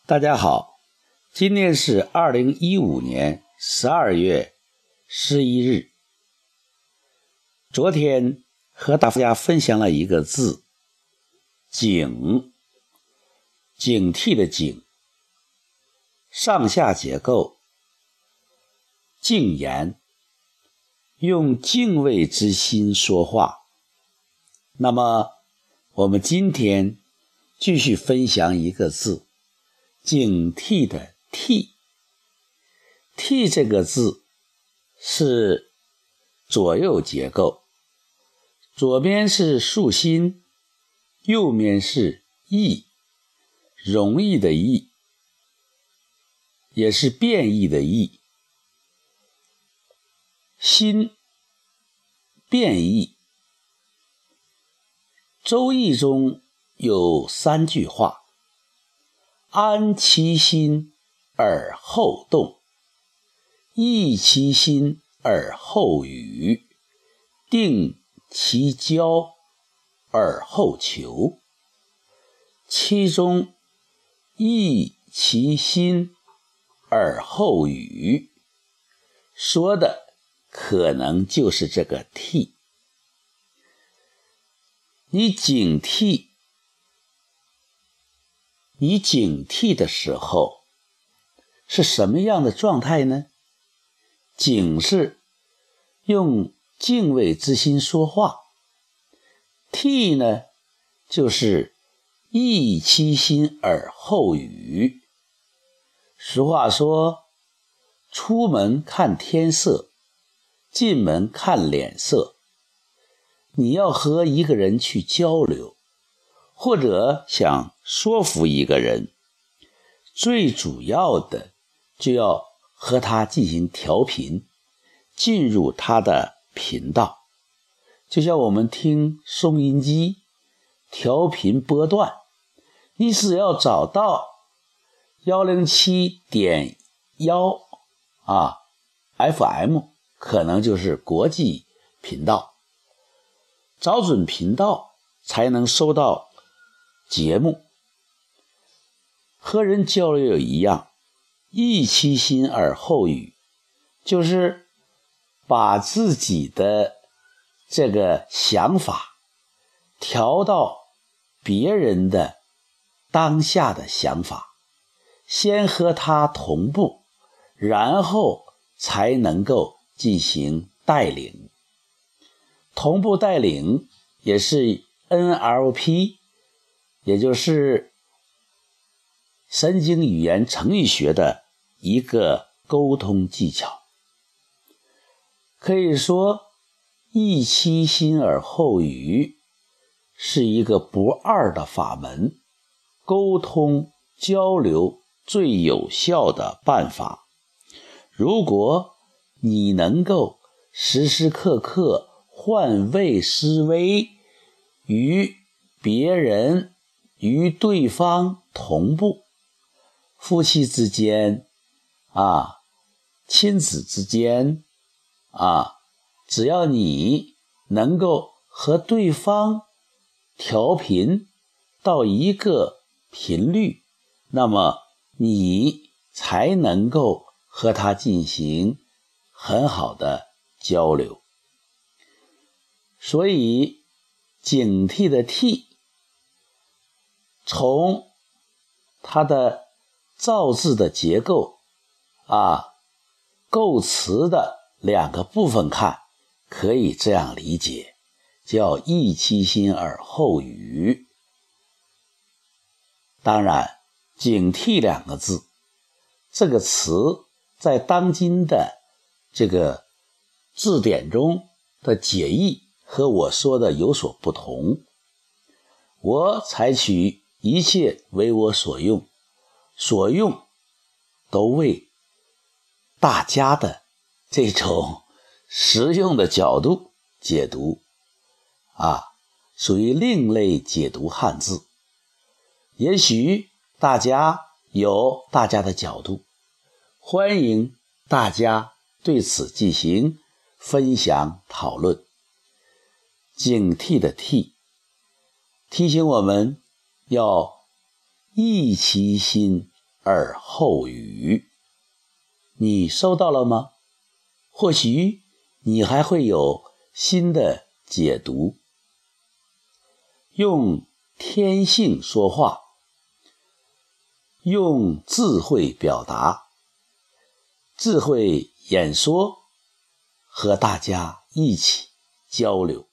大家好，今天是2015年12月11日。昨天和大家分享了一个字，警，警惕的警，上下结构，敬言，用敬畏之心说话。那么我们今天继续分享一个字，警惕的惕。惕这个字是左右结构，左边是竖心，右面是易，容易的易，也是变异的易。心，变异。周易中有3句话，安其心而后动，抑其心而后语，定其交而后求。其中抑其心而后语说的可能就是这个惕。你警惕的时候是什么样的状态呢？警是用敬畏之心说话，惕呢就是抑其心而后语。俗话说，出门看天色，进门看脸色。你要和一个人去交流，或者想说服一个人，最主要的就要和他进行调频，进入他的频道。就像我们听收音机，调频波段，你只要找到 107.1 FM， 可能就是国际频道，找准频道才能收到节目。和人交流也一样，抑其心而后语，就是把自己的这个想法调到别人的当下的想法，先和他同步，然后才能够进行带领。同步带领也是 NLP， 也就是神经语言程序学的一个沟通技巧。可以说，抑其心而后语是一个不二的法门，沟通交流最有效的办法。如果你能够时时刻刻换位思维，与别人与对方同步，夫妻之间亲子之间只要你能够和对方调频到一个频率，那么你才能够和他进行很好的交流。所以警惕的惕，从它的造字的结构构词的2个部分看，可以这样理解，叫抑其心而后语。当然，警惕2个字这个词在当今的这个字典中的解译和我说的有所不同。我采取一切为我所用，所用都为大家的这种实用的角度解读属于另类解读汉字。也许大家有大家的角度，欢迎大家对此进行分享讨论。警惕的惕，提醒我们要抑其心而后语。你收到了吗？或许你还会有新的解读。用天性说话，用智慧表达，智慧演说，和大家一起交流。